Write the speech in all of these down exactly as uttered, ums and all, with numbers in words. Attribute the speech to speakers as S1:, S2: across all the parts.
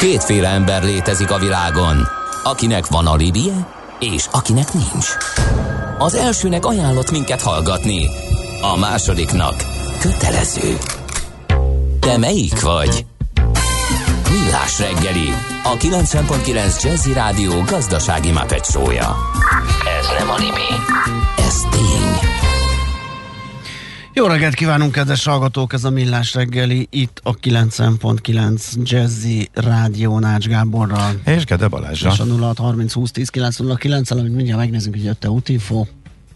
S1: Kétféle ember létezik a világon, akinek van alibije, és akinek nincs. Az elsőnek ajánlott minket hallgatni, a másodiknak kötelező. Te melyik vagy? Millás reggeli, a kilencven pont kilenc Jazzy Rádió gazdasági Muppet show-ja. Ez nem anime, ez tény.
S2: Jó reggelt kívánunk, kedves hallgatók! Ez a Millás reggeli, itt a kilencven pont kilenc Jazzy Rádió Nács Gáborral.
S3: És Gede Balázsra.
S2: És a nulla hat harminc húsz tíz kilenc nulla kilenc, amit mindjárt megnézzünk, hogy jött-e útinfo.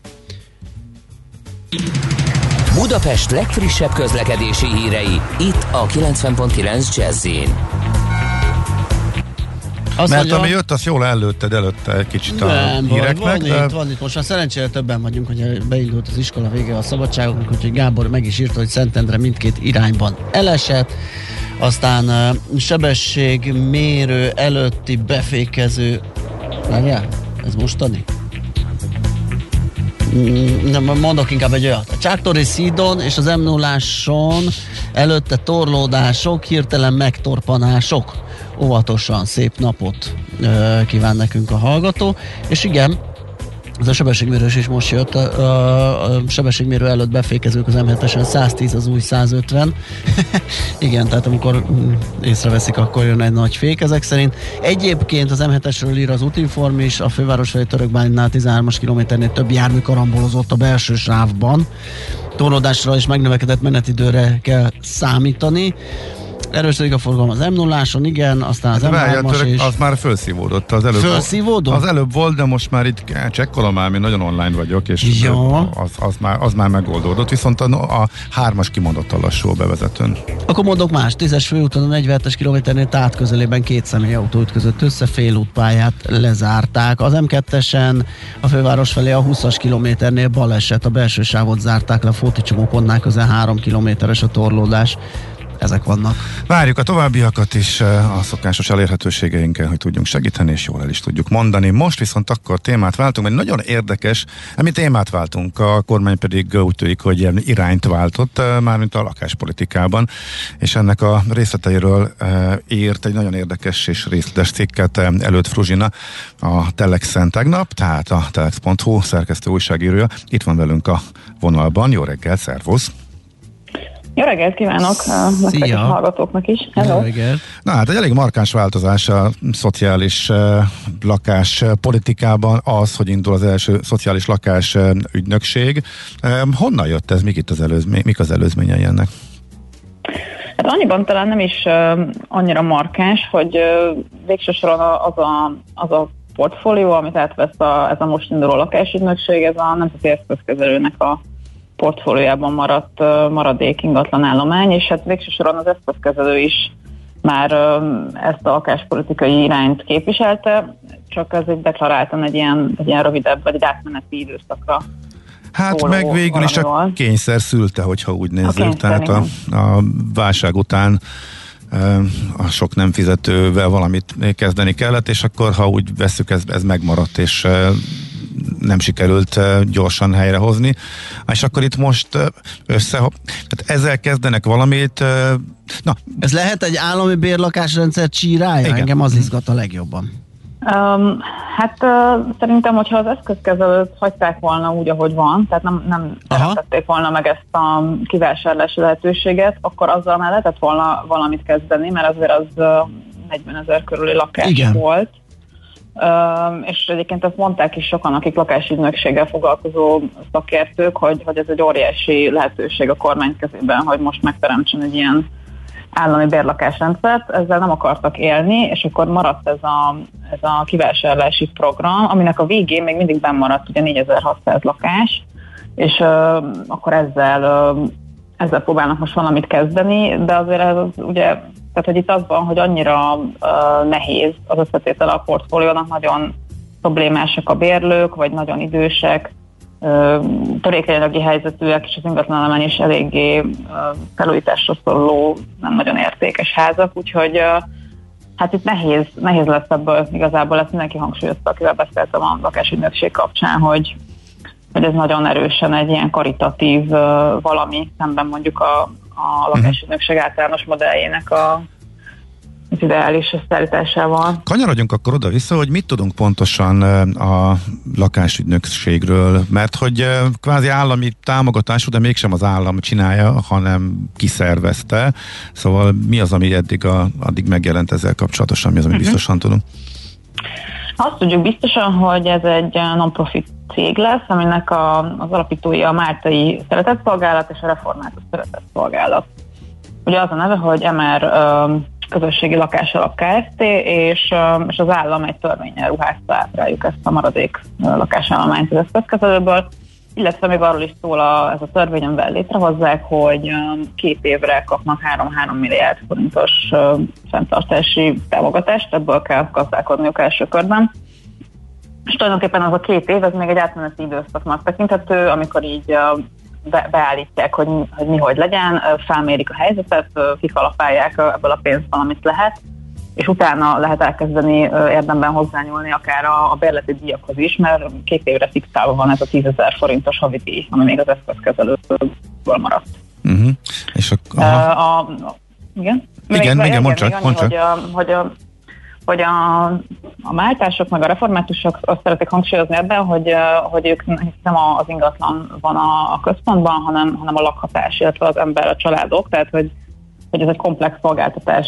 S1: Budapest legfrissebb közlekedési hírei, itt a kilencven pont kilenc Jazzyn.
S3: Azt Mert mondja, ami jött, azt jól előtted előtte egy kicsit a
S2: nem,
S3: híreknek.
S2: Van,
S3: de...
S2: itt, van itt, most már szerencsére többen vagyunk, hogy beindult az iskola vége a szabadságoknak, úgyhogy Gábor meg is írta, hogy Szentendre mindkét irányban elesett. Aztán uh, sebességmérő előtti befékező... Várjál, ez mostani? Nem, mondok inkább egy olyat. A Csáktori Szídon és az em nulláson előtte torlódások, hirtelen megtorpanások. Óvatosan, szép napot uh, kíván nekünk a hallgató. És igen, ez a sebességmérős is most jött, a, a, a sebességmérő előtt befékezők az em hetesen száz tíz, az új száz ötven. Igen, tehát amikor mm, észreveszik, akkor jön egy nagy fék ezek szerint. Egyébként az em hetesről ír az Útinform is, a főváros felé Törökbálinynál tizenhármas kilométernél több jármű karambolozott a belső sávban. Torlódásra és megnövekedett menetidőre kell számítani. Erősödik a forgalom az em nulláson, igen, aztán az
S3: hát
S2: em hármas is.
S3: Az már felszívódott. Az előbb,
S2: felszívódott?
S3: Az előbb volt, de most már itt csekkolom már, én nagyon online vagyok, és
S2: ja.
S3: az, az, már, az már megoldódott, viszont a, a hármas kimondottan lassú a bevezetőn.
S2: Akkor mondok más, tízes főúton a negyvenhetes kilométernél Tát közelében két személyautó ütközött össze, félútpályát lezárták. Az em kettesen a főváros felé a húszas kilométernél baleset, a belső sávot zárták le, a Fóti csomópontnál közel három kilométeres a torlódás. Ezek vannak. Várjuk a továbbiakat is a szokásos elérhetőségeinkkel, hogy tudjunk segíteni, és jól el is tudjuk mondani. Most viszont akkor témát váltunk, mert nagyon érdekes, mi témát váltunk, a kormány pedig úgy tűnik, hogy ilyen irányt váltott, mármint a lakáspolitikában, és ennek a részleteiről írt egy nagyon érdekes és részletes cikket Előtt Fruzsina a Telexen tegnap, tehát a telex pont hu szerkesztő újságírója. Itt van velünk a vonalban. Jó reggel, szervusz!
S4: Jó reggelt kívánok a hallgatóknak is. Hello.
S3: Na hát egy elég markáns változás a szociális uh, lakás politikában az, hogy indul az első szociális lakás uh, ügynökség. Uh, honnan jött ez? Mik itt az előzmény, mik az előzményei ennek?
S4: Hát annyiban talán nem is uh, annyira markáns, hogy uh, végső soron az a, az a portfólió, amit átvesz a, ez a most induló lakásügynökség, ez a Nemzeti Eszközkezelőnek a portfóliójában maradt uh, maradék ingatlan állomány, és hát végső soron az eszközkezelő is már uh, ezt a lakáspolitikai irányt képviselte, csak ez egy deklaráltan egy ilyen, egy ilyen rövidebb, vagy egy átmeneti időszakra.
S3: Hát meg végül is a kényszer szülte, hogyha úgy nézzük, tehát a, a válság után a sok nem fizetővel valamit kezdeni kellett, és akkor, ha úgy vesszük, ez, ez megmaradt, és nem sikerült gyorsan helyrehozni. És akkor itt most össze... Tehát ezzel kezdenek valamit... Na.
S2: Ez lehet egy állami bérlakásrendszer csírája? Igen. Engem az izgat a legjobban.
S4: Um, hát uh, szerintem, hogyha az eszközkezelőt hagyták volna úgy, ahogy van, tehát nem, nem teremtették volna meg ezt a kivásárlási lehetőséget, akkor azzal már lehetett volna valamit kezdeni, mert azért az uh, negyvenezer körüli lakás igen. volt. Uh, és egyébként azt mondták is sokan, akik lakásügynökséggel foglalkozó szakértők, hogy, hogy ez egy óriási lehetőség a kormány kezében, hogy most megteremtsen egy ilyen állami bérlakásrendszert, ezzel nem akartak élni, és akkor maradt ez a, ez a kivásárlási program, aminek a végén még mindig benn maradt ugye négyezer-hatszáz lakás, és uh, akkor ezzel, uh, ezzel próbálnak most valamit kezdeni, de azért ez az, ugye, tehát hogy itt az van, hogy annyira uh, nehéz az összetétele a portfóliónak, nagyon problémásak a bérlők, vagy nagyon idősek, törékeny anyagi helyzetűek, és az ingatlanállomány is eléggé felújításra szoruló, nem nagyon értékes házak, úgyhogy hát itt nehéz, nehéz lesz ebből igazából, ezt mindenki hangsúlyozta, akivel beszéltem a lakásügynökség kapcsán, hogy, hogy ez nagyon erősen egy ilyen karitatív valami, szemben mondjuk a, a lakásügynökség általános modelljének a ideális szállításával.
S3: Kanyarodjunk akkor oda-vissza, hogy mit tudunk pontosan a lakásügynökségről, mert hogy kvázi állami támogatású, de mégsem az állam csinálja, hanem kiszervezte. Szóval mi az, ami eddig a, addig megjelent ezzel kapcsolatosan, mi az, ami uh-huh. biztosan tudunk?
S4: Azt tudjuk biztosan, hogy ez egy non-profit cég lesz, aminek a, az alapítója a Máltai Szeretetszolgálat és a Református Szeretetszolgálat. Ugye az a neve, hogy em er Közösségi Lakásalap Kft. És, és az állam egy törvénnyel ruházta át rájuk ezt a maradék lakásállományt az eszközkezelőből, illetve még arról is szól a, ez a törvény, amivel létrehozzák, hogy két évre kapnak három-három milliárd forintos fenntartási támogatást, ebből kell gazdálkodniuk első körben. És tulajdonképpen az a két év, ez még egy átmeneti időszaknak tekinthető, amikor így be, beállítják, hogy, hogy mi hogy legyen, felmérik a helyzetet, kikalapálják ebből a pénzből, amit lehet, és utána lehet elkezdeni érdemben hozzányúlni akár a, a bérleti díjakhoz is, mert két évre fixálva van ez a tízezer forintos havi díj, ami még az eszközkezelőből maradt.
S3: Uh-huh. És a,
S4: a, a, igen?
S3: Igen, még, igen, mondd csak.
S4: Annyi, hogy, a, hogy, a, hogy a, a máltások meg a reformátusok azt szeretik hangsúlyozni ebben, hogy, hogy ők nem az ingatlan van a, a központban, hanem, hanem a lakhatás, illetve az ember, a családok, tehát hogy hogy ez egy komplex szolgáltatás,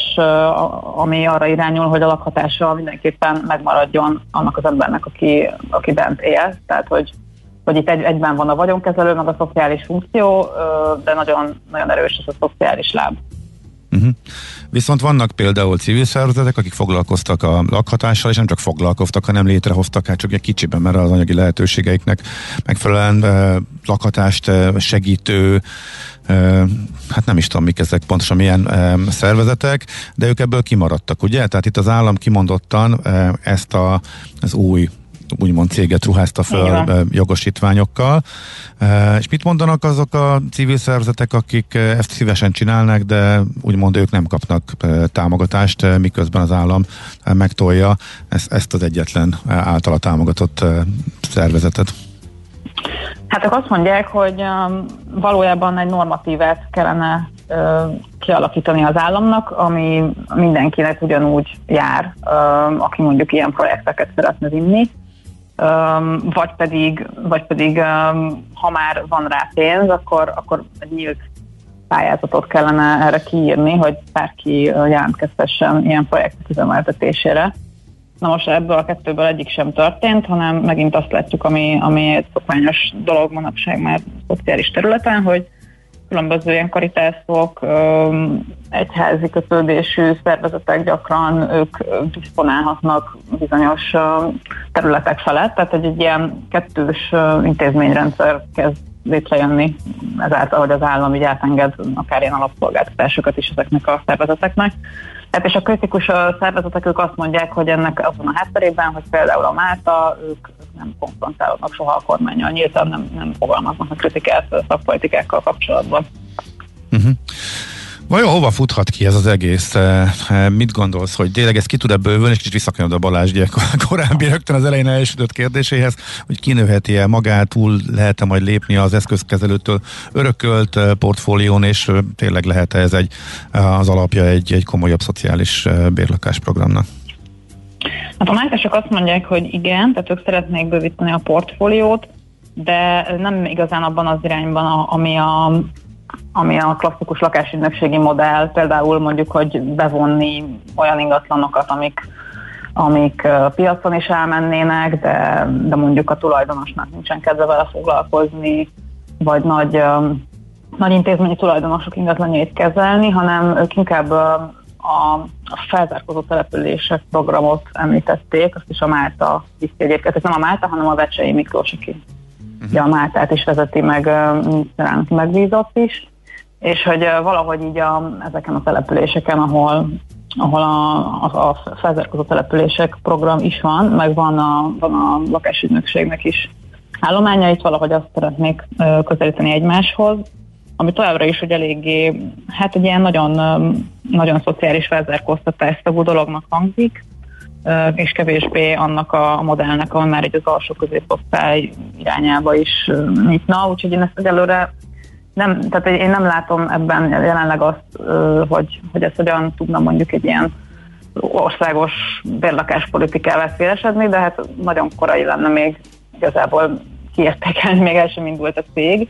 S4: ami arra irányul, hogy a lakhatása mindenképpen megmaradjon annak az embernek, aki, aki bent él. Tehát, hogy, hogy itt egy, egyben van a vagyonkezelő, meg a szociális funkció, de nagyon, nagyon erős ez a szociális láb.
S3: Uh-huh. Viszont vannak például civil szervezetek, akik foglalkoztak a lakhatással, és nem csak foglalkoztak, hanem létrehoztak, hát csak egy kicsiben, mert az anyagi lehetőségeiknek megfelelően eh, lakhatást eh, segítő, eh, hát nem is tudom, mik ezek pontosan milyen eh, szervezetek, de ők ebből kimaradtak, ugye? Tehát itt az állam kimondottan eh, ezt a, az új úgymond céget ruházta föl jogosítványokkal. És mit mondanak azok a civil szervezetek, akik ezt szívesen csinálnak, de úgymond ők nem kapnak támogatást, miközben az állam megtolja ezt az egyetlen általa támogatott szervezetet?
S4: Hát ők azt mondják, hogy valójában egy normatívát kellene kialakítani az államnak, ami mindenkinek ugyanúgy jár, aki mondjuk ilyen projekteket szeretne vinni. Um, vagy pedig, vagy pedig um, ha már van rá pénz, akkor, akkor egy nyílt pályázatot kellene erre kiírni, hogy bárki jelentkezhessen ilyen projektek üzemeltetésére. Na most ebből a kettőből egyik sem történt, hanem megint azt látjuk, ami, ami egy szokványos dolog manapság már szociális területen, hogy különböző ilyen karitászok, egyházi kötődésű szervezetek gyakran ők diszponálhatnak bizonyos területek felett, tehát egy ilyen kettős intézményrendszer kezd létrejönni ezáltal, hogy az állam így átenged akár ilyen alapszolgáltatásokat is ezeknek a szervezeteknek. Hát és a kritikus szervezetek ők azt mondják, hogy ennek azon a hátterében, hogy például a Málta, ők nem konfrontálódnak soha a kormánnyal, nyíltan nem, nem fogalmaznak a kritikát szakpolitikákkal kapcsolatban.
S3: Uh-huh. Vajon hova futhat ki ez az egész? Mit gondolsz, hogy tényleg ez ki tud ebből bővülni, és kicsit visszakanyod a Balázs ugye korábbi rögtön az elején elsütött kérdéséhez, hogy kinőheti-e magát, túl lehet-e majd lépni az eszközkezelőtől örökölt portfólión, és tényleg lehet-e ez egy, az alapja egy, egy komolyabb szociális bérlakásprogramnak?
S4: Hát a máltások azt mondják, hogy igen, tehát ők szeretnék bővíteni a portfóliót, de nem igazán abban az irányban, ami a ami a klasszikus lakásügynökségi modell, például mondjuk, hogy bevonni olyan ingatlanokat, amik, amik piacon is elmennének, de, de mondjuk a tulajdonosnak nincsen kedve vele foglalkozni, vagy nagy, nagy intézményi tulajdonosok ingatlanjait kezelni, hanem ők inkább a, a felzárkózó települések programot említették, azt is a Málta viszi egyébként. Ez nem a Málta, hanem a Vecsei Miklós, aki uh-huh. a Máltát is vezeti, meg miniszterelnök megbízott is, és hogy valahogy így a, ezeken a településeken, ahol, ahol a, a, a felzárkózó települések program is van, meg van a, van a lakásügynökségnek is állománya, itt valahogy azt szeretnék közelíteni egymáshoz, ami továbbra is, hogy eléggé, hát egy ilyen nagyon, nagyon szociális felzárkóztatásszagú dolognak hangzik, és kevésbé annak a modellnek, ami már egy az alsó középosztály irányába is nyitna, úgyhogy én ezt egyelőre nem, tehát én nem látom ebben jelenleg azt, hogy, hogy ez hogyan tudna mondjuk egy ilyen országos bérlakáspolitikával szélesedni, de hát nagyon korai lenne még igazából kiértékelni, még el sem indult a cég.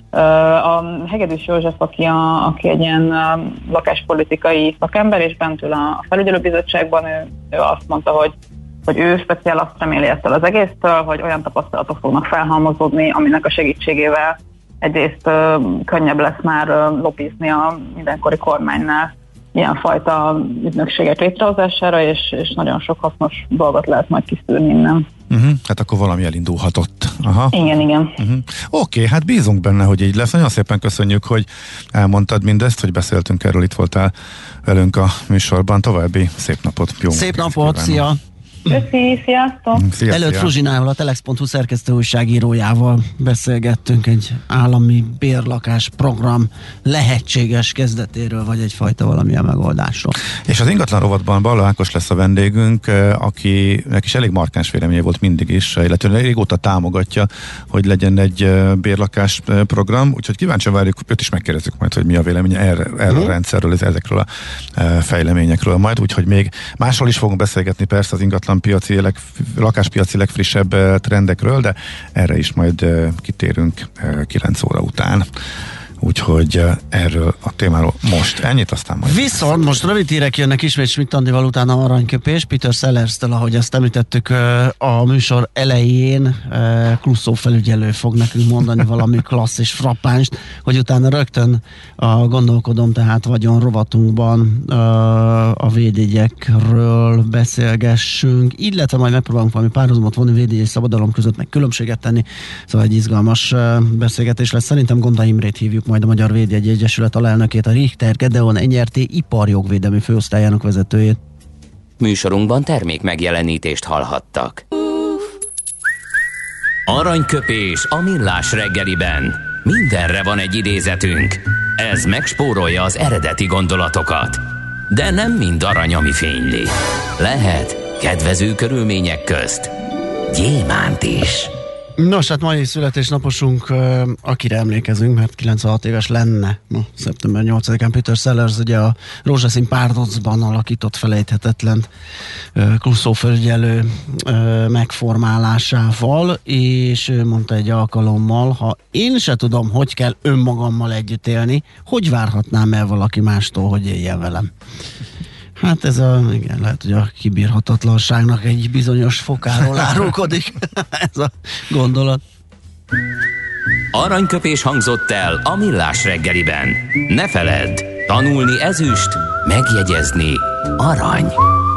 S4: A Hegedűs József, aki, a, aki egy ilyen lakáspolitikai szakember, és bent ül a felügyelőbizottságban, ő, ő azt mondta, hogy, hogy ő speciál azt reméli ettől az egésztől, hogy olyan tapasztalatok fognak felhalmozódni, aminek a segítségével egyrészt könnyebb lesz már lobbizni a mindenkori kormánynál ilyenfajta ügynökségek létrehozására, és, és nagyon sok hasznos dolgot lehet majd kiszűrni innen.
S3: Uh-huh. Hát akkor valami elindulhatott. Aha.
S4: Igen, igen.
S3: Uh-huh. Oké, okay, hát bízunk benne, hogy így lesz. Nagyon szépen köszönjük, hogy elmondtad mindezt, hogy beszéltünk erről, itt voltál velünk a műsorban. További szép napot. Jó
S2: szép napot, szia!
S4: Köszi, sziasztok!
S3: Szia,
S2: Előtt
S3: szia.
S2: Fruzsinával, a telex pont hu szerkesztő újságírójával beszélgettünk egy állami bérlakás program lehetséges kezdetéről, vagy egyfajta valamilyen megoldásról.
S3: És az ingatlan rovatban Balla Ákos lesz a vendégünk, akinek is elég markáns véleménye volt mindig is, illetve régóta támogatja, hogy legyen egy bérlakás program, úgyhogy kíváncsian várjuk, őt is megkérdezzük majd, hogy mi a véleménye erre, erre uh-huh. a rendszerről, ezekről a fejleményekről majd, úgyhogy még másról is fogunk beszélgetni persze az ingatlan piaci, leg, lakáspiaci legfrissebb trendekről, de erre is majd kitérünk kilenc óra után. Úgyhogy erről a témáról most ennyit, aztán majd...
S2: Viszont most rövid hírek jönnek ismét Schmidt Andival, utána aranyköpés. Peter Sellers-től, ahogy ezt említettük a műsor elején, Klusszó felügyelő fog nekünk mondani valami klassz és frappánst, hogy utána rögtön a gondolkodom, tehát vagyon rovatunkban a védjegyekről beszélgessünk, illetve majd megpróbálunk valami párhuzamot vonni védjegy és szabadalom között, meg különbséget tenni, szóval egy izgalmas beszélgetés lesz. Szerintem Gonda Imrét hívjuk majd a Magyar Védjegy Egyesület alelnökét, a Richter Gedeon en er té iparjogvédelmi főosztályának vezetőjét.
S1: Műsorunkban termék megjelenítést hallhattak. Aranyköpés a millás reggeliben. Mindenre van egy idézetünk. Ez megspórolja az eredeti gondolatokat. De nem mind arany, ami fényli. Lehet kedvező körülmények közt gyémánt is.
S2: Nos, hát mai születésnaposunk, akire emlékezünk, mert kilencvenhat éves lenne ma, szeptember nyolcadikán Peter Sellers, ugye a rózsaszín párdocban alakított felejthetetlen Klusszó felügyelő megformálásával, és ő mondta egy alkalommal, ha én se tudom, hogy kell önmagammal együtt élni, hogy várhatnám el valaki mástól, hogy éljen velem? Hát ez a, igen, lehet, hogy a kibírhatatlanságnak egy bizonyos fokáról árulkodik ez a gondolat.
S1: Aranyköpés hangzott el a millás reggeliben. Ne feledd, tanulni ezüst, megjegyezni arany.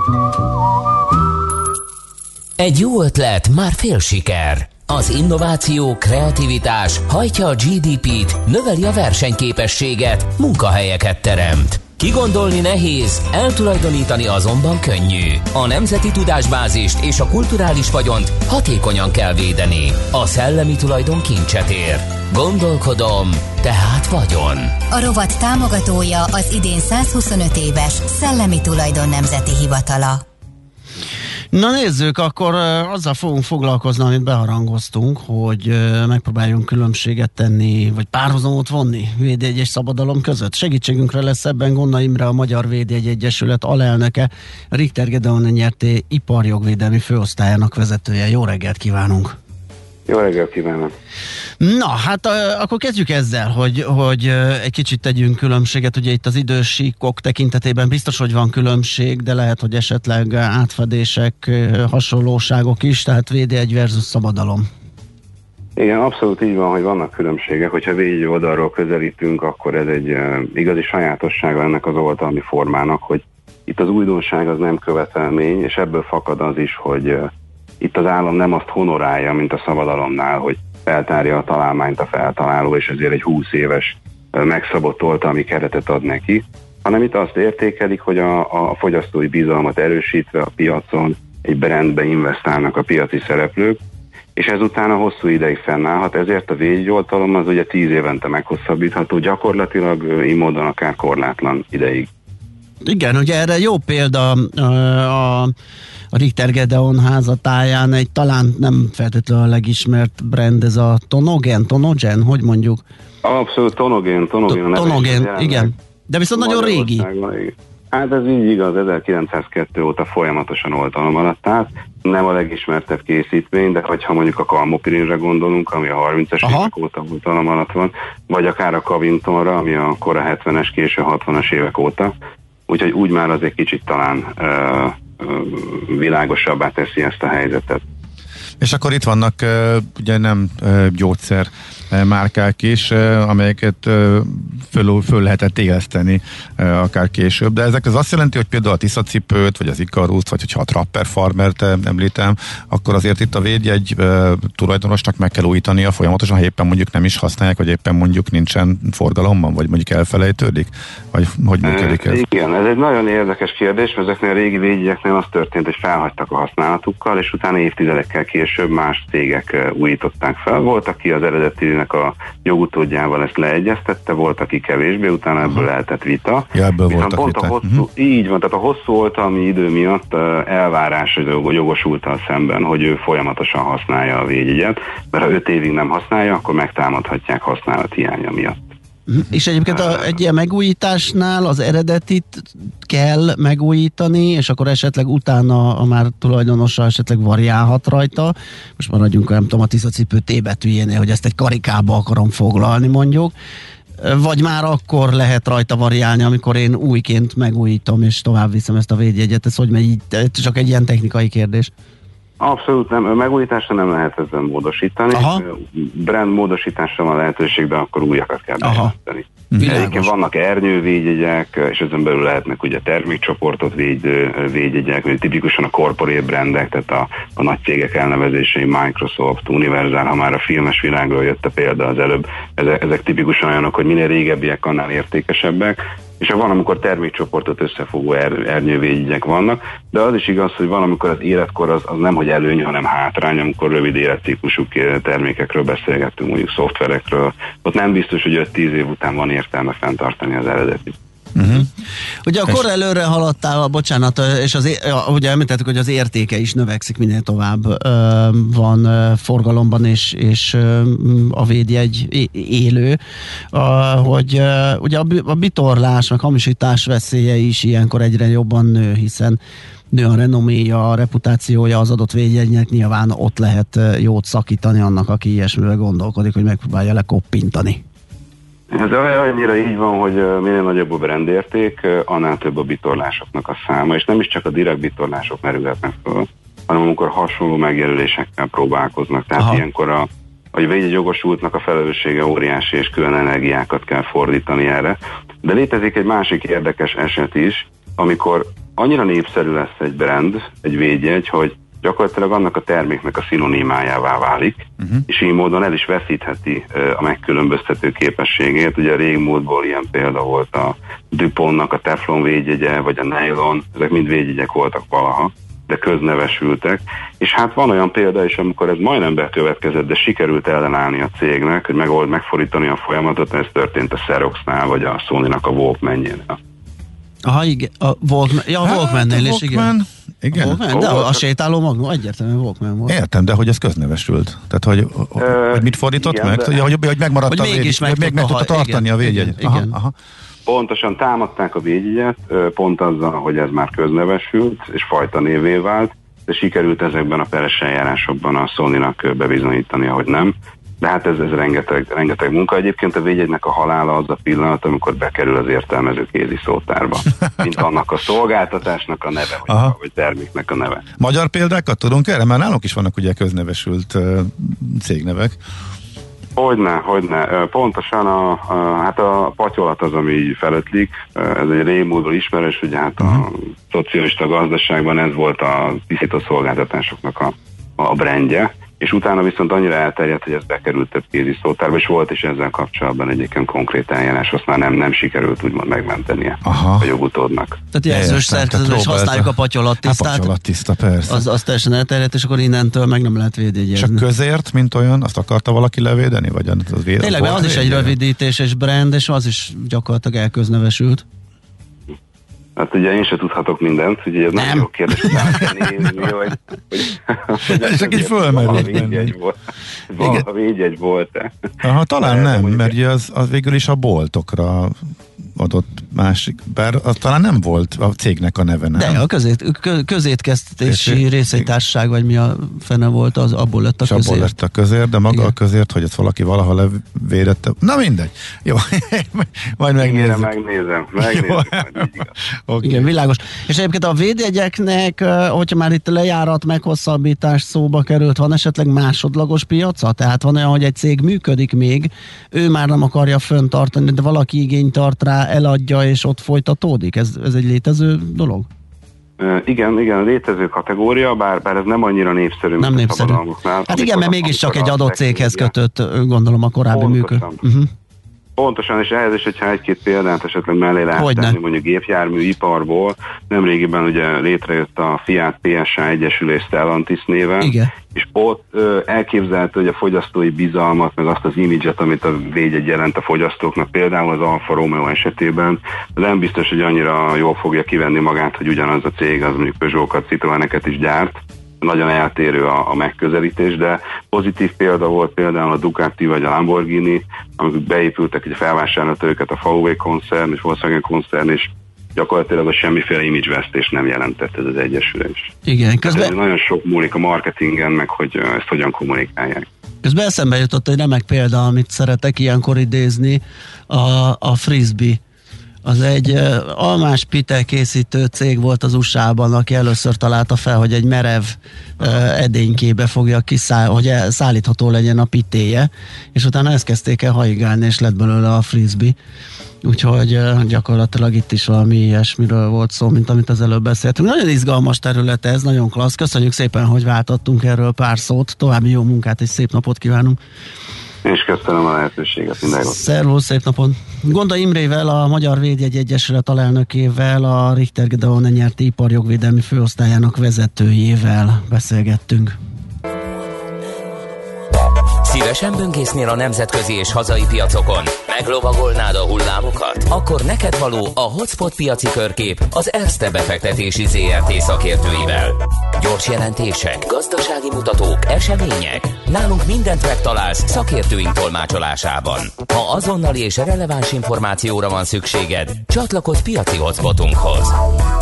S1: Egy jó ötlet már fél siker. Az innováció, kreativitás hajtja a gé dé pét, növeli a versenyképességet, munkahelyeket teremt. Kigondolni nehéz, eltulajdonítani azonban könnyű. A nemzeti tudásbázist és a kulturális vagyont hatékonyan kell védeni. A szellemi tulajdon kincset ér. Gondolkodom, tehát vagyon.
S5: A rovat támogatója az idén százhuszonöt éves Szellemi Tulajdon Nemzeti Hivatala.
S2: Na nézzük, akkor azzal fogunk foglalkozni, amit beharangoztunk, hogy megpróbáljunk különbséget tenni, vagy párhuzamot vonni védjegy és szabadalom között. Segítségünkre lesz ebben Gonda Imre, a Magyar Védjegy Egyesület alelnöke, Richter Gedeon en er té iparjogvédelmi főosztályának vezetője. Jó reggelt kívánunk!
S6: Jó reggelt kívánok!
S2: Na, hát akkor kezdjük ezzel, hogy, hogy egy kicsit tegyünk különbséget. Ugye itt az idősíkok tekintetében biztos, hogy van különbség, de lehet, hogy esetleg átfedések, hasonlóságok is, tehát védjegy versus szabadalom.
S6: Igen, abszolút így van, hogy vannak különbségek. Hogyha védjegy oldalról közelítünk, akkor ez egy uh, igazi sajátossága ennek az oltalmi formának, hogy itt az újdonság az nem követelmény, és ebből fakad az is, hogy uh, itt az állam nem azt honorálja, mint a szabadalomnál, hogy feltárja a találmányt a feltaláló, és ezért egy húsz éves megszabott oltalmi keretet ad neki, hanem itt azt értékelik, hogy a, a fogyasztói bizalmat erősítve a piacon egy brandbe investálnak a piaci szereplők, és ezután a hosszú ideig fennállhat, ezért a védjegyoltalom az ugye tíz évente meghosszabbítható, gyakorlatilag így módon akár korlátlan ideig.
S2: Igen, ugye erre jó példa a, a Richter Gedeon házatáján egy talán nem feltétlenül a legismert brand, ez a Tonogen, Tonogen, hogy mondjuk?
S6: Abszolút Tonogen, Tonogen.
S2: Tonogen, igen. De viszont nagyon régi.
S6: Hát ez így igaz, ezerkilencszázkettő óta folyamatosan oltalom alatt állt. Nem a legismertebb készítmény, de hogyha mondjuk a kalmopirinre gondolunk, ami a harmincas évek óta oltalom alatt van, vagy akár a Kavintonra, ami a kora hetvenes, késő hatvanas évek óta. Úgyhogy úgy már az egy kicsit talán ö, ö, világosabbá teszi ezt a helyzetet.
S3: És akkor itt vannak ugye nem gyógyszer márkák is, amelyeket föl, föl lehetett éleszteni akár később, de ezek az azt jelenti, hogy például a Tisza-cipőt, vagy az Ikaruszt, vagy hogyha a Trapper Farmert említem, akkor azért itt a védjegy tulajdonosnak meg kell újítania folyamatosan, ha éppen mondjuk nem is használják, vagy éppen mondjuk nincsen forgalomban, vagy mondjuk elfelejtődik? Vagy hogy működik ez?
S6: Igen, ez egy nagyon érdekes kérdés, mert ezeknél a régi védjegyeknél az történt, hogy felhagytak a használatukkal, és utána évtizedekkel később más cégek újították fel. Volt, aki az eredetinek a jogutódjával ezt leegyeztette, volt, aki kevésbé, utána ebből lehetett vita.
S3: Ja, ebből Viszont
S6: pont a hosszú, uh-huh. Így van, tehát a hosszú oltalmi idő miatt elvárás a jogosulttal szemben, hogy ő folyamatosan használja a védjegyet, mert ha öt évig nem használja, akkor megtámadhatják használat hiánya miatt.
S2: És egyébként a, egy ilyen megújításnál az eredetit kell megújítani, és akkor esetleg utána a már tulajdonosa esetleg variálhat rajta. Most maradjunk, nem tudom, a Tisza-cipő T betűjénél, hogy ezt egy karikába akarom foglalni mondjuk. Vagy már akkor lehet rajta variálni, amikor én újként megújítom, és tovább viszem ezt a védjegyet. Ez hogy megy? Csak egy ilyen technikai kérdés.
S6: Abszolút nem, megújításra nem lehet ezzel módosítani. Aha. Brand módosításra van lehetőség, de akkor újakat kell bejelenteni. Egyébként vannak ernyővédjegyek, és ezen belül lehetnek ugye termékcsoportot védő védjegyek, vagy tipikusan a corporate brandek, tehát a, a nagy cégek elnevezései, Microsoft, Universal, ha már a filmes világról jött a példa az előbb, ezek, ezek tipikusan olyanok, hogy minél régebbiek, annál értékesebbek, és van, amikor termékcsoportot összefogó er, ernyővédjegyek vannak, de az is igaz, hogy van, amikor az életkor az, az nem, hogy előny, hanem hátrány, amikor rövid életciklusú termékekről beszélgettünk, mondjuk szoftverekről, ott nem biztos, hogy öt-tíz év után van értelme fenntartani az eredetit.
S2: Uh-huh. Ugye akkor előre haladtál, bocsánat, és az, ugye említettük, hogy az értéke is növekszik minél tovább van forgalomban, és, és a védjegy élő, hogy ugye a bitorlás, meg hamisítás veszélye is ilyenkor egyre jobban nő, hiszen nő a renoméja, a reputációja az adott védjegynek, nyilván ott lehet jót szakítani annak, aki ilyesmivel gondolkodik, hogy megpróbálja lekoppintani.
S6: Ez annyira így van, hogy minél nagyobb a brandérték, annál több a bitorlásoknak a száma, és nem is csak a direkt bitorlások merülhetnek föl, hanem amikor hasonló megjelölésekkel próbálkoznak. Tehát Aha. ilyenkor a, a védjegy jogosultnak a felelőssége óriási, és külön energiákat kell fordítani erre. De létezik egy másik érdekes eset is, amikor annyira népszerű lesz egy brand, egy védjegy, hogy gyakorlatilag annak a terméknek a szinonimájává válik, uh-huh. és így módon el is veszítheti uh, a megkülönböztető képességét. Ugye a régmúltból ilyen példa volt a DuPontnak a teflon védjegye, vagy a nylon, ezek mind védjegyek voltak valaha, de köznevesültek. És hát van olyan példa is, amikor ez majdnem bekövetkezett, de sikerült ellenállni a cégnek, hogy megold, megfordítani a folyamatot, ez történt a Xeroxnál, vagy a Sony-nak a Walkman-jénél.
S2: Aha, igen, a Walkman, ja, a hát, Walkman-nél is, igen.
S3: Igen.
S2: Walkman, de a, a sétáló magnó egyértelműen Walkman volt.
S3: Értem, de hogy ez köznevesült. Tehát, hogy, uh, hogy mit fordított igen, meg? De... Hogy, hogy megmaradt
S2: hogy
S3: a védjegy,
S2: meg,
S3: meg, meg tudta tartani igen, a védjegyet.
S2: Igen,
S3: aha,
S2: igen.
S3: aha.
S6: Pontosan támadták a védjegyet, pont azzal, hogy ez már köznevesült, és fajta névé vált, de sikerült ezekben a peres eljárásokban a Sony-nak bebizonyítani, hogy nem. De hát ez, ez rengeteg, rengeteg munka. Egyébként a védjegynek a halála az a pillanat, amikor bekerül az értelmező kézi szótárba. Mint annak a szolgáltatásnak a neve, vagy, a, vagy terméknek a neve.
S3: Magyar példákat tudunk erre? Már nálunk is vannak ugye köznevesült uh, cégnevek.
S6: Hogyne, hogyne. Pontosan a, a, hát a patyolat az, ami így felötlik. Ez egy régmúltból ismerős, ugye hát uh-huh. a szocialista gazdaságban ez volt a tisztító szolgáltatásoknak a, a brandje. És utána viszont annyira elterjedt, hogy ez bekerült több kézi szótárba, és volt is ezzel kapcsolatban egyébként konkrét eljárás, azt már nem, nem sikerült úgymond megmentenie Aha. a jogutódnak.
S2: Tehát jelzős szerkezet, használjuk a patyolattisztát.
S3: A patyolattiszta, persze.
S2: Az, az teljesen elterjedt, és akkor innentől meg nem lehet védjegyezni.
S3: És a közért, mint olyan, azt akarta valaki levédeni? Vagy az véd,
S2: Tényleg, mert az is egy rövidítés és brand, és az is gyakorlatilag elköznevesült.
S6: Hát ugye én sem tudhatok mindent, ugye ez nagyon jó kérdés, hogy kell nézni, hogy...
S3: hogy csak így fölmerült.
S6: A védjegy volt-e?
S3: Aha, talán nem, mert ugye az, az végül is a boltokra adott másik, bár az talán nem volt a cégnek a neve, nem?
S2: De a közét, közétkeztetési részvénytársaság, vagy mi a fene volt, az abból lett a közért.
S3: Abból lett a közért, de maga igen. a közért, hogy ezt valaki valaha levédette. Na mindegy. Jó, majd megnézzük.
S6: Igen, megnézem, megnézzük.
S2: Okay. Igen, világos. És egyébként a védjegyeknek, hogyha már itt lejárat, meghosszabbítás szóba került, van esetleg másodlagos piaca? Tehát van olyan, hogy egy cég működik még, ő már nem akarja föntartani, de valaki igényt tart rá, eladja, és ott folytatódik? Ez, ez egy létező dolog?
S6: Uh, igen, igen, létező kategória, bár, bár ez nem annyira népszerű.
S2: Nem népszerű. Hát igen, mert mégiscsak egy adott céghez kötött, gondolom a korábbi működ. Uh-huh.
S6: Pontosan, és ehhez is, hogyha egy-két példát esetleg mellé lehet tenni, mondjuk gépjárműiparból, nemrégiben ugye létrejött a Fiat pé es á Egyesülés Stellantis néven, igen. és ott ö, elképzelhető, hogy a fogyasztói bizalmat, meg azt az imidzset, amit a védjegy jelent a fogyasztóknak, például az Alfa Romeo esetében, nem biztos, hogy annyira jól fogja kivenni magát, hogy ugyanaz a cég, az mondjuk Peugeot-kat, Citroeneket is gyárt. Nagyon eltérő a, a megközelítés, de pozitív példa volt például a Ducati vagy a Lamborghini, amikor beépültek, hogy felvásárolta őket a vé w koncern és Volkswagen koncern, és gyakorlatilag a semmiféle image-vesztés nem jelentett ez az egyesülés.
S2: Igen, közben...
S6: nagyon sok múlik a marketingen, meg hogy ezt hogyan kommunikálják.
S2: Közben eszembe jutott egy remek példa, amit szeretek ilyenkor idézni, a, a Frisbee. Az egy uh, almás pite készítő cég volt az u es á-ban, aki először találta fel, hogy egy merev uh, edénykébe fogja kiszállni, hogy szállítható legyen a pitéje, és utána ezt kezdték el haigálni, és lett belőle a Frisbee. Úgyhogy uh, gyakorlatilag itt is valami ilyesmiről volt szó, mint amit az előbb beszéltünk. Nagyon izgalmas terület ez, nagyon klassz. Köszönjük szépen, hogy váltottunk erről pár szót. További jó munkát és szép napot kívánunk.
S6: És köszönöm a lehetőséget, minden jót.
S2: Szervusz, szép napot. Gonda Imrével, a Magyar Védjegy Egyesület alelnökével, a Richter Gedeon nyerti iparjogvédelmi főosztályának vezetőjével beszélgettünk.
S1: Szívesen böngésznél a nemzetközi és hazai piacokon? Meglovagolnád a hullámokat? Akkor neked való a Hotspot piaci körkép az Erste befektetési zé er té szakértőivel. Gyors jelentések, gazdasági mutatók, események. Nálunk mindent megtalálsz szakértőink tolmácsolásában. Ha azonnali és releváns információra van szükséged, csatlakozz piaci hotspotunkhoz.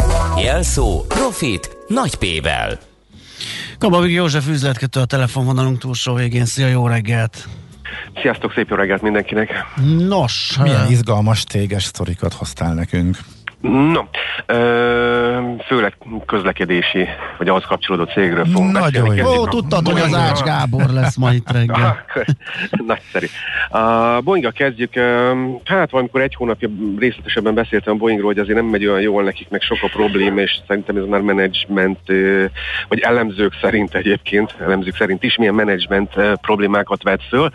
S1: Jelszó Profit nagy P-vel.
S2: Kababik József üzletkötő a telefonvonalunk túlsó végén. Szia, jó reggelt!
S7: Sziasztok, szép jó reggelt mindenkinek!
S3: Nos, milyen izgalmas céges sztorikat hoztál nekünk?
S7: No, ö, főleg közlekedési, vagy ahhoz kapcsolódó cégről fogunk
S3: Nagyon
S7: beszélni.
S2: Ó, tudtad, hogy az Ács Gábor lesz ma itt reggel.
S7: Nagyszerű. A Boeing-a kezdjük. Hát valamikor egy hónapja részletesebben beszéltem a Boeingról, hogy azért nem megy olyan jól nekik, meg sok a probléma, és szerintem ez már menedzsment, vagy elemzők szerint egyébként, elemzők szerint is milyen menedzsment problémákat vet föl.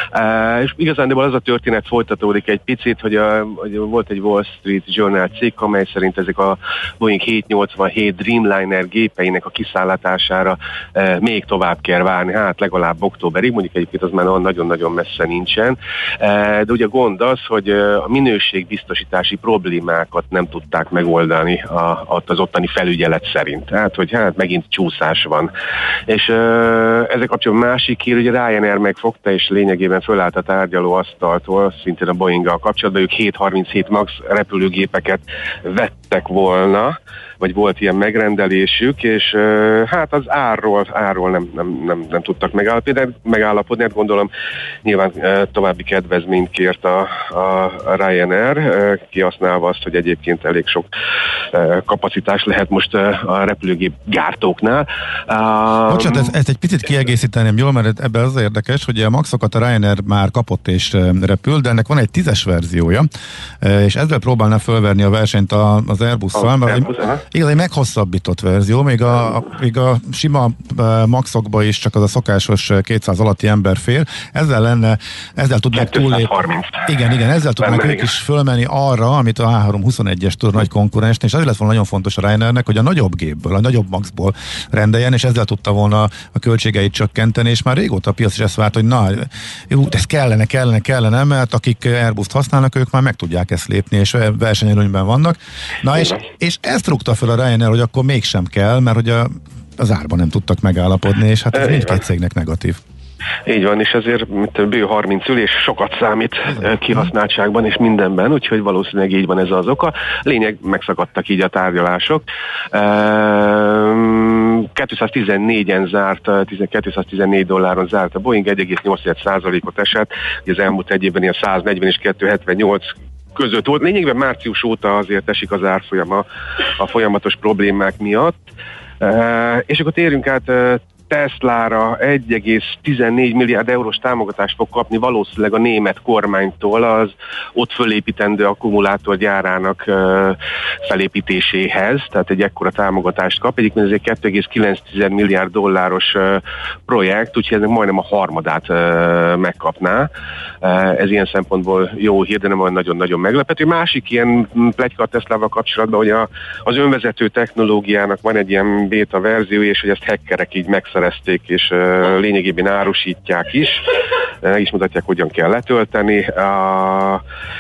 S7: És igazándiból az a történet folytatódik egy picit, hogy, a, hogy volt egy Wall Street Journal cikk, amely szerint ezek a Boeing hétszáznyolcvanhét Dreamliner gépeinek a kiszállítására e, még tovább kell várni, hát legalább októberig, mondjuk egyébként az már nagyon-nagyon messze nincsen, e, de ugye a gond az, hogy a minőségbiztosítási problémákat nem tudták megoldani a, az ottani felügyelet szerint, tehát hogy hát megint csúszás van. És e, ezek kapcsolatban másik hír, ugye Ryanair megfogta, és lényegében fölállt a tárgyalóasztaltól, szintén a Boeing-gal kapcsolatban, ők hét harminchét MAX repülőgépeket vettek volna, vagy volt ilyen megrendelésük, és uh, hát az árról, árról nem, nem, nem, nem tudtak megállapodni, megállapodni, hát gondolom nyilván uh, további kedvezményt kért a, a Ryanair, uh, kihasználva azt, hogy egyébként elég sok uh, kapacitás lehet most uh, a repülőgép gyártóknál. Uh,
S3: Bocsánat, ezt, ezt egy picit kiegészíteném jól, mert ebben az érdekes, hogy a Maxokat a Ryanair már kapott és repül, de ennek van egy tízes verziója, és ezzel próbálná fölverni a versenyt az Airbusszal,
S7: az
S3: mert
S7: Airbus,
S3: Igen, egy meghosszabbított verzió, még a, a, még a sima uh, maxokba is csak az a szokásos kétszáz alatti ember fér. Ezzel lenne, ezzel tudnak túllépni. Igen, igen, ezzel tudnak ők is fölmenni arra, amit a á háromszázhuszonegyes tud nagy konkurensnek, és azért lett volna nagyon fontos a Ryanairnek, hogy a nagyobb gépből, a nagyobb maxból rendeljen, és ezzel tudta volna a költségeit csökkenteni, és már régóta a piac is ezt várt, hogy na, jó, ez kellene, kellene, kellene, mert akik Airbus-t használnak, ők már meg tudják ezt lépni, és versenyelőnyben vannak. Na, és, és ezt rúgta fel a Ryanair, hogy akkor mégsem kell, mert hogy a, az árban nem tudtak megállapodni, és hát ez mindkét cégnek negatív.
S7: Így van, és ezért mint bő harminc ülés sokat számít kihasználtságban és mindenben, úgyhogy valószínűleg így van ez az oka. Lényeg, megszakadtak így a tárgyalások. kétszáztizennégyen zárt, kétszáztizennégy dolláron zárt a Boeing, egy egész nyolc százalékot esett, az elmúlt egy évben ilyen száznegyven és kétszázhetvennyolc között volt. Lényegben március óta azért esik az árfolyama a folyamatos problémák miatt. És akkor térjünk át Teslára. Egy egész tizennégy milliárd eurós támogatást fog kapni valószínűleg a német kormánytól az ott fölépítendő akkumulátorgyárának uh, felépítéséhez, tehát egy ekkora támogatást kap. Egyébként ez egy két egész kilenc milliárd dolláros uh, projekt, úgyhogy ennek majdnem a harmadát uh, megkapná. Uh, ez ilyen szempontból jó hír, de nem olyan nagyon-nagyon meglepető. Másik ilyen pletyka a Teslával kapcsolatban, hogy a, az önvezető technológiának van egy ilyen beta verzió, és hogy ezt hackerek így megszerezték, és uh, lényegében árusítják is, uh, is mutatják, hogyan kell letölteni. Uh,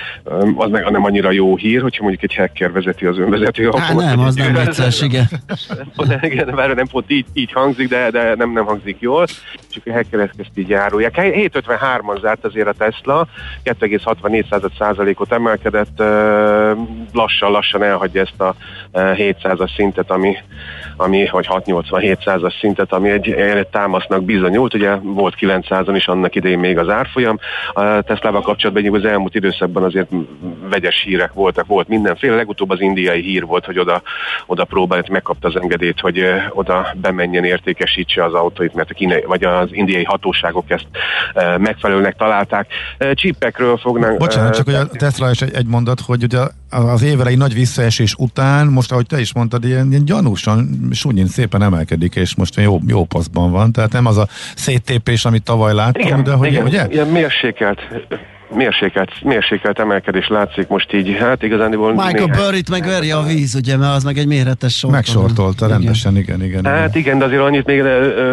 S7: az meg nem annyira jó hír, hogyha mondjuk egy hacker vezeti az önvezető autót.
S2: Hát nem, az nem vicces, igen.
S7: Igen, nem pont így, így hangzik, de, de nem, nem hangzik jól, csak a hackerek ezt így árulják. hét ötvenhárman zárt azért a Tesla, két egész hatvannégy százalékot emelkedett, lassan-lassan elhagyja ezt a hétszázas szintet, ami, ami vagy hatszáznyolcvanhét szintet, ami egy, egy támasznak bizonyult, ugye volt kilencszázan is annak idején még az árfolyam. A Teslával kapcsolatban az elmúlt időszakban azért vegyes hírek voltak, volt mindenféle. Legutóbb az indiai hír volt, hogy oda, oda próbált, megkapta az engedélyt, hogy uh, oda bemenjen, értékesítse az autóit, mert a kínai, vagy az indiai hatóságok ezt uh, megfelelőnek találták. Uh, Chipekről fognak...
S3: Bocsánat, uh, csak hogy a Tesla is egy, egy mondat, hogy ugye az évelei nagy visszaesés után, most ahogy te is mondtad, ilyen, ilyen gyanúsan, súnyin szépen emelkedik, és most jó, jó paszban van, tehát nem az a széttépés, amit tavaly láttam,
S7: igen,
S3: de hogy
S7: igen,
S3: ugye?
S7: Ilyen mérsékelt Mérsékelt, mérsékelt emelkedés látszik most így, hát igazániból...
S2: Michael Burry-t megverje a víz, ugye, mert az meg egy méretes sortol.
S3: Megsortolta rendesen, igen, igen. igen.
S7: Hát igen, de azért annyit még ö,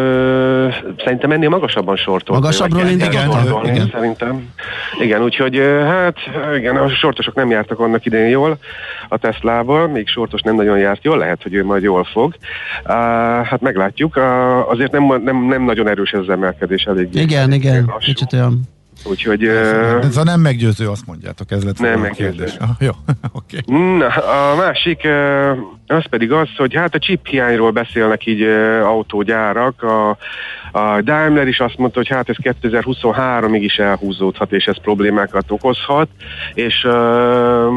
S7: ö, szerintem ennél magasabban sortolt.
S2: Magasabbról indikálta?
S7: Igen, szerintem. Igen, úgyhogy hát igen, a sortosok nem jártak annak idején jól a Teslával, még sortos nem nagyon járt jól, lehet, hogy ő majd jól fog. Uh, hát meglátjuk, uh, azért nem, nem, nem nagyon erős ez az emelkedés, elég.
S2: Igen, igen, kicsit olyan.
S7: Úgyhogy...
S3: Ez uh, a nem meggyőző, azt mondjátok, ez lett
S7: nem meggyőző.
S3: Ah, jó, oké. Okay.
S7: Na, a másik, uh, az pedig az, hogy hát a chip hiányról beszélnek így uh, autógyárak. A, a Daimler is azt mondta, hogy hát ez kétezer-huszonháromig is elhúzódhat, és ez problémákat okozhat, és... Uh,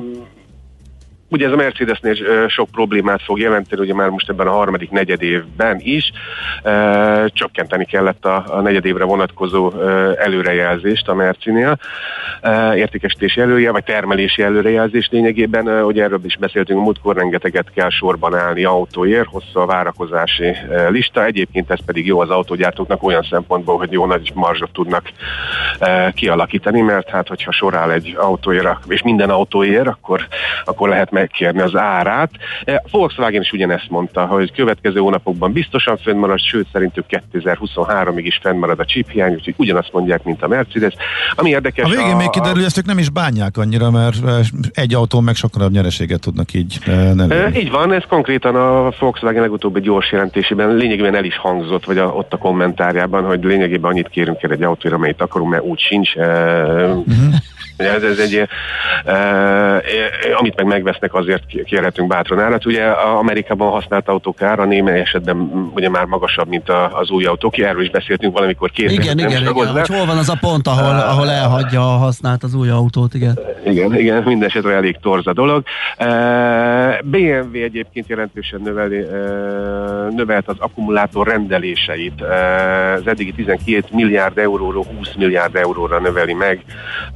S7: Ugye ez a Mercedesnél sok problémát fog jelenteni, ugye már most ebben a harmadik negyed évben is e, csökkenteni kellett a, a negyed évre vonatkozó e, előrejelzést a Mercinél, e, értékesítési előjel, vagy termelési előrejelzés lényegében, e, ugye erről is beszéltünk, a múltkor rengeteget kell sorban állni autóért, hosszú a várakozási e, lista, egyébként ez pedig jó az autógyártóknak olyan szempontból, hogy jó nagy marzsot tudnak e, kialakítani, mert hát hogyha sor áll egy autóért, és minden autóért, akkor, akkor lehet megkérni az árát. A Volkswagen is ugyanezt mondta, hogy következő hónapokban biztosan fennmarad, sőt szerintük kétezer-huszonháromig is fennmarad a chip hiány, úgyhogy ugyanazt mondják, mint a Mercedes. Ami érdekes...
S3: A végén
S7: a,
S3: még kiderül, hogy ezt ők nem is bánják annyira, mert egy autón meg sokkal nagyobb nyereséget tudnak így nelőni.
S7: Így van, ez konkrétan a Volkswagen legutóbbi gyors jelentésében lényegében el is hangzott, vagy a, ott a kommentárjában, hogy lényegében annyit kérünk el egy autóra, amelyet akarunk, mert úgy sincs. Uh-huh. Ez, ez egy, uh, amit meg megvesznek, azért kérhetünk bátran árat. Ugye Amerikában használt autók ára némely esetben ugye már magasabb, mint a, az új autók. Erről is beszéltünk valamikor két
S2: Igen, igen, igen, hogy hol van az a pont, ahol, uh, ahol elhagyja a használt az új autót, igen.
S7: Igen, igen, minden esetre elég torz a dolog. Uh, bé em vé egyébként jelentősen növeli, uh, növelt az akkumulátor rendeléseit. Uh, az eddigi tizenkét milliárd euróról húsz milliárd euróra növeli meg uh,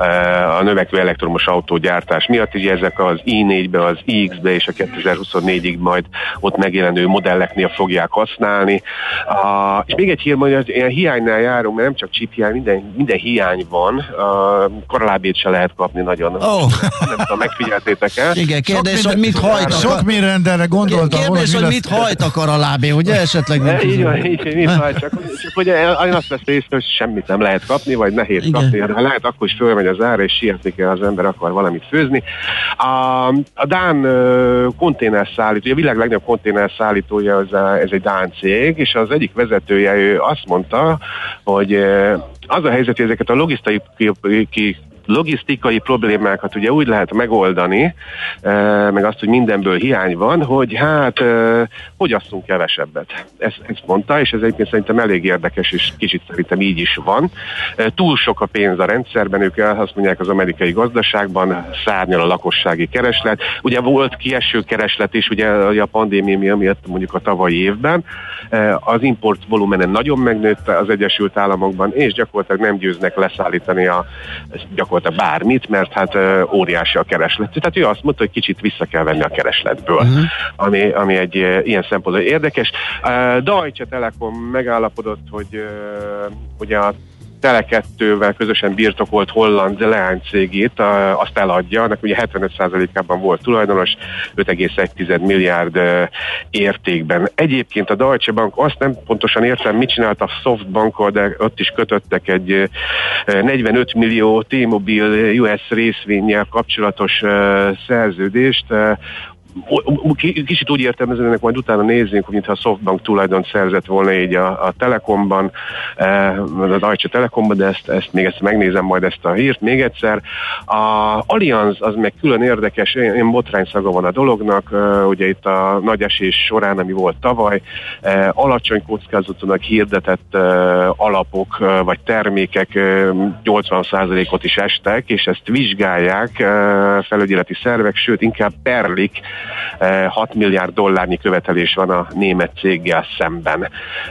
S7: a növekvő elektromos autógyártás miatt, ugye ezek az i négybe, az i iksz-be és a kétezer-huszonnégyig majd ott megjelenő modelleknél fogják használni. A, és még egy hír, hogy az ilyen hiánynál járunk, mert nem csak chip hiány, minden, minden hiány van, a karalábét se lehet kapni nagyon.
S2: Oh.
S7: Nem tudom, megfigyeltétek el.
S2: Igen, kérdés,
S3: sok
S2: hogy mit hajt.
S3: Sok mindenre gondoltam.
S2: Kérdés, hogy mit hajt a karalábé, ugye esetleg nem
S7: így van, így, így mit hajt, csak, csak ugye én azt vesz észre, hogy semmit nem lehet kapni, vagy nehéz igen. kapni, de lehet, akkor is fölmegy az ára, és sietni kell, az ember akar valamit főzni. A, a Dán uh, konténerszállító, ugye a világ legnagyobb konténerszállítója, ez, a, ez egy dán cég, és az egyik vezetője, ő azt mondta, hogy uh, az a helyzet, hogy ezeket a logisztikai logisztikai problémákat ugye úgy lehet megoldani, meg azt, hogy mindenből hiány van, hogy hát fogyasszunk kevesebbet. Ezt, ezt mondta, és ez egyébként szerintem elég érdekes, és kicsit szerintem így is van. Túl sok a pénz a rendszerben, ők azt mondják az amerikai gazdaságban, szárnyal a lakossági kereslet. Ugye volt kieső kereslet is, ugye a pandémia miatt mondjuk a tavalyi évben. Az import volumenen nagyon megnőtt az Egyesült Államokban, és gyakorlatilag nem győznek leszállítani a gyakorlatilag bármit, mert hát uh, óriási a kereslet. Tehát ő azt mondta, hogy kicsit vissza kell venni a keresletből, uh-huh. ami, ami egy uh, ilyen szempontból érdekes. Uh, Deutsche Telekom megállapodott, hogy uh, ugye a Tele kettővel közösen birtokolt holland leánycégét, azt eladja, annak ugye hetvenöt százalékában volt tulajdonos, öt egész egy milliárd értékben. Egyébként a Deutsche Bank, azt nem pontosan értem, mit csinált a Softbankkal, de ott is kötöttek egy negyvenöt millió T-Mobile U S részvénnyel kapcsolatos szerződést. Kicsit úgy értelmezem, ennek majd utána nézzünk, mintha a Softbank tulajdont szerzett volna így a, a Telekomban, a Deutsche Telekomban, de ezt, ezt még ezt megnézem majd ezt a hírt még egyszer. A Allianz az meg külön érdekes, ilyen botrányszaga van a dolognak, ugye itt a nagy esés során, ami volt tavaly, alacsony kockázatúnak hirdetett alapok vagy termékek nyolcvan százalékot is estek, és ezt vizsgálják felügyeleti szervek, sőt inkább perlik, hat milliárd dollárnyi követelés van a német céggel szemben.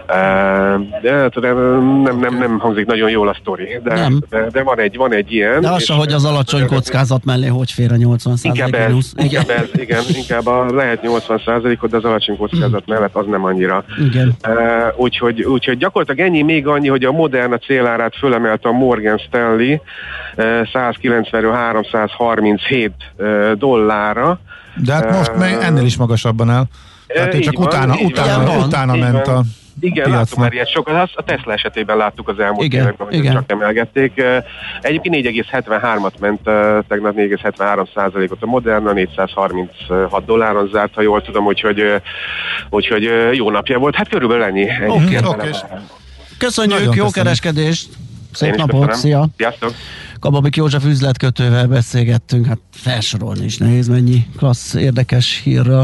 S7: De nem, nem, nem hangzik nagyon jól a sztori, de, de, de van, egy, van egy ilyen.
S2: De az se, hogy az alacsony kockázat mellé hogy fér a nyolcvan százalék.
S7: Inkább ez, inkább ez, igen, inkább a, lehet nyolcvan százalékot, de az alacsony kockázat mellett az nem annyira.
S2: Igen.
S7: Úgyhogy, úgyhogy gyakorlatilag ennyi, még annyi, hogy a Moderna célárát fölemelte a Morgan Stanley százkilencvenről háromszázharminchét dollárra.
S3: De hát most még ennél is magasabban áll. Tehát csak van, utána, utána, van, utána ment van. a
S7: Igen, láttuk már ilyet sokat. A Tesla esetében láttuk az elmúlt években, hogy csak emelgették. Egyébként négy egész hetvenhármat ment tegnap, négy egész hetvenhárom százalékot a Moderna, négyszázharminchat dolláron zárt, ha jól tudom, úgyhogy, úgyhogy jó napja volt. Hát körülbelül ennyi.
S2: Oké, okay, okay. Köszönjük, nagyon jó köszönjük. Kereskedést! Szép napot, szia!
S7: Sziasztok!
S2: Kababik József üzletkötővel beszélgettünk, hát felsorolni is nehéz, mennyi klassz, érdekes hírről.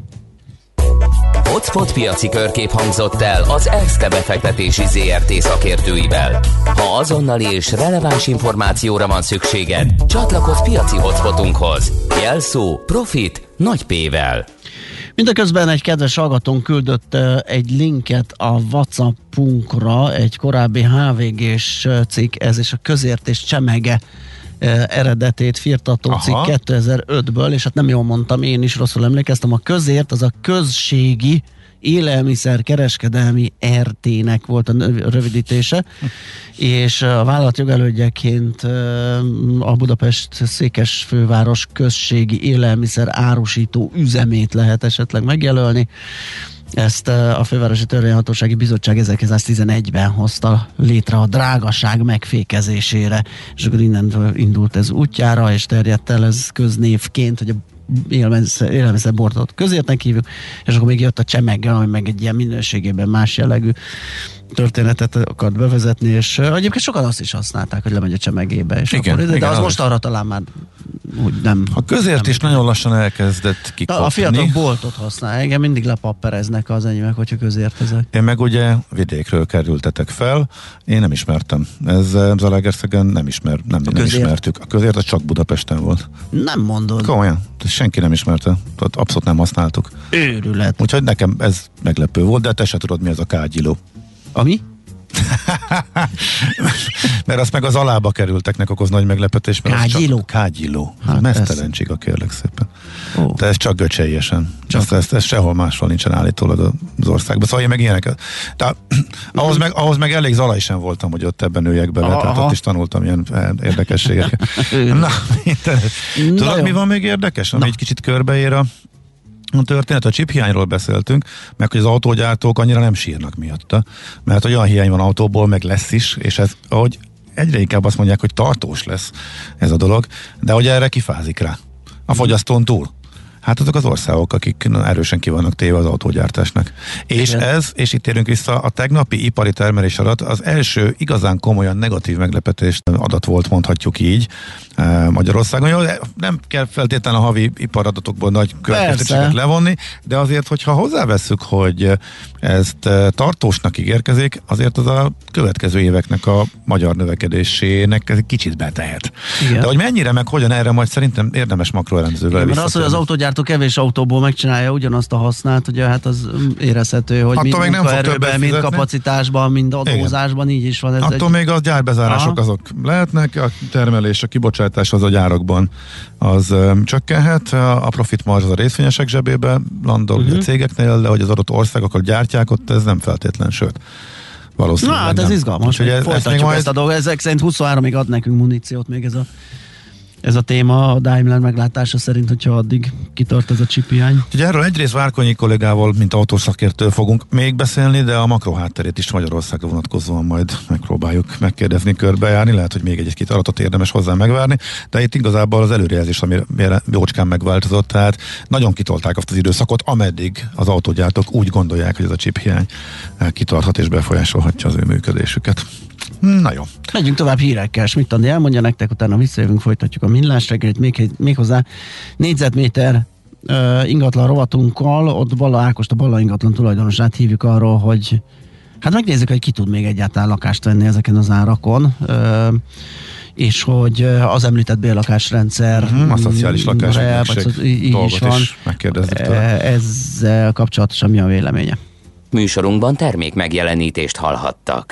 S1: Hotspot piaci körkép hangzott el az Erste befektetési zé er té szakértőivel. Ha azonnali és releváns információra van szükséged, csatlakozz piaci hotspotunkhoz. Jelszó Profit nagy P-vel.
S2: Mindeközben egy kedves hallgatónk küldött egy linket a WhatsAppunkra, egy korábbi há vé gés cikk, ez és a Közértés csemege eredetét firtató cikk kétezer-ötből, és hát nem jól mondtam, én is rosszul emlékeztem, a Közért az a községi élelmiszer kereskedelmi er té-nek volt a rövidítése, és a vállalat jogelődjeként a Budapest székesfőváros községi élelmiszer árusító üzemét lehet esetleg megjelölni. Ezt a Fővárosi Törvényhatósági Bizottság ezerkilencszáztizenegyben hozta létre a drágaság megfékezésére, és akkor innen indult ez útjára, és terjedt el ez köznévként, hogy a élelmiszer, élelmiszerboltot Közértnek hívjuk, és akkor még jött a csemeggel, ami meg egy ilyen minőségében más jellegű történetet akart bevezetni, és uh, egyébként sokan azt is használták, hogy lemegy a csemegébe, és
S3: igen,
S2: akkor, de
S3: igen,
S2: az, az most arra talán már úgy nem.
S3: A Közért nem, is nagyon lassan elkezdett kikopni.
S2: A fiatal boltot használ, igen, mindig lepappereznek az enyémek, hogyha Közért ezek.
S3: Én meg ugye vidékről kerültetek fel, én nem ismertem. Ez Zalaegerszegen nem ismer, nem, nem ismertük. A Közért az csak Budapesten volt.
S2: Nem mondod.
S3: Komolyan, senki nem ismerte, tehát abszolút nem használtuk.
S2: Őrület.
S3: Úgyhogy nekem ez meglepő volt, de te se tudod, mi az a kágyiló.
S2: Ami?
S3: Mert azt meg az alába kerülteknek okoz nagy meglepetés.
S2: Kágyiló?
S3: Kágyiló. Hát mesztelen csiga, kérlek szépen. Oh. De ez csak göcseljesen. Csak. Ez, ez sehol máshol nincsen állítólag az országban. Szóval én meg ilyeneket. De ahhoz, meg, ahhoz meg elég zalaj sem voltam, hogy ott ebben nőjek bele. Aha. Tehát ott is tanultam ilyen érdekességeket. Na, tudod, mi van még érdekes? Ami egy kicsit körbeér a a történet, a chiphiányról beszéltünk, meg hogy az autógyártók annyira nem sírnak miatta, mert olyan hiány van autóból, meg lesz is, és ez, ahogy egyre inkább azt mondják, hogy tartós lesz ez a dolog, de hogy erre kifázik rá. A fogyasztón túl. Hát azok az országok, akik erősen ki vannak téve az autógyártásnak. És igen. ez, és itt érünk vissza, a tegnapi ipari termelés adat az első igazán komolyan negatív meglepetés adat volt, mondhatjuk így Magyarországon. Jó, nem kell feltétlenül a havi iparadatokból nagy következtetéseket levonni, de azért, hogyha hozzávesszük, hogy ezt tartósnak ígérkezik, azért az a következő éveknek a magyar növekedésének ez egy kicsit betehet. Igen. De hogy mennyire, meg hogyan, erre majd szerintem érdemes makroelemzővel
S2: visszatérni. Az, hogy az autógyártó kevés autóból megcsinálja ugyanazt a hasznát, ugye hát az érezhető, hogy attól mind munkaerőben, mind kapacitásban, mind adózásban így is van. Ez
S3: attól egy... még a gyárbezárások azok lehetnek, a termelés, a kibocsátás az a gyárakban az um, csökkenhet, a profit marge az a részvényesek zsebébe landol uh-huh. a cégeknél, de hogy az adott országokkal gyártják, ott ez nem feltétlen, sőt.
S2: Na hát ez nem. Izgalmas, hogy ez, folytatjuk ezt, majd... ezt a dolgot. Ezek szerint huszonháromig ad nekünk muníciót még ez a Ez a téma, a Daimler meglátása szerint, hogyha addig kitart ez a chiphiány.
S3: Ugye erről egyrészt Várkonyi kollégával, mint autószakértől fogunk még beszélni, de a makrohátterét is Magyarországra vonatkozóan majd megpróbáljuk megkérdezni, körbejárni. Lehet, hogy még egy-két adatot érdemes hozzá megvárni, de itt igazából az előrejelzés, amire jócskán megváltozott, tehát nagyon kitolták azt az időszakot, ameddig az autógyártók úgy gondolják, hogy ez a chiphiány kitarthat és befolyásolhatja az ő működésüket. Na jó.
S2: Megyünk tovább hírekkel. Schmidt Andi elmondja nektek, utána visszajövünk, folytatjuk a millás reggelit, még, még hozzá négyzetméter uh, ingatlan rovatunkkal, ott Balla Ákost, a Balla ingatlan tulajdonosát hívjuk arról, hogy hát megnézzük, hogy ki tud még egyáltalán lakást venni ezeken az árakon, uh, és hogy az említett bérlakásrendszer
S3: uh-huh, a szociális lakásminőség dolgot
S2: van,
S3: is megkérdezzük tőle.
S2: Ezzel kapcsolatosan mi a véleménye?
S1: Műsorunkban termék megjelenítést hallhattak.